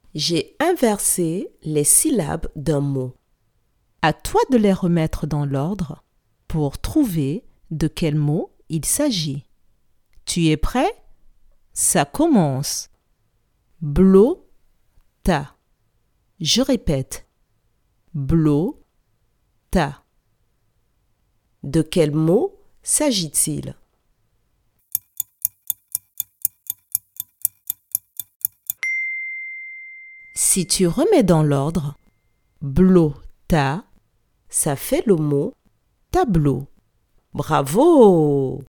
J'ai inversé les syllabes d'un mot. À toi de les remettre dans l'ordre pour trouver de quel mot il s'agit. Tu es prêt? Ça commence. Blo-ta. Je répète. Blo-ta. De quel mot s'agit-il? Si tu remets dans l'ordre, blo-ta, Ça fait le mot tableau. bravo!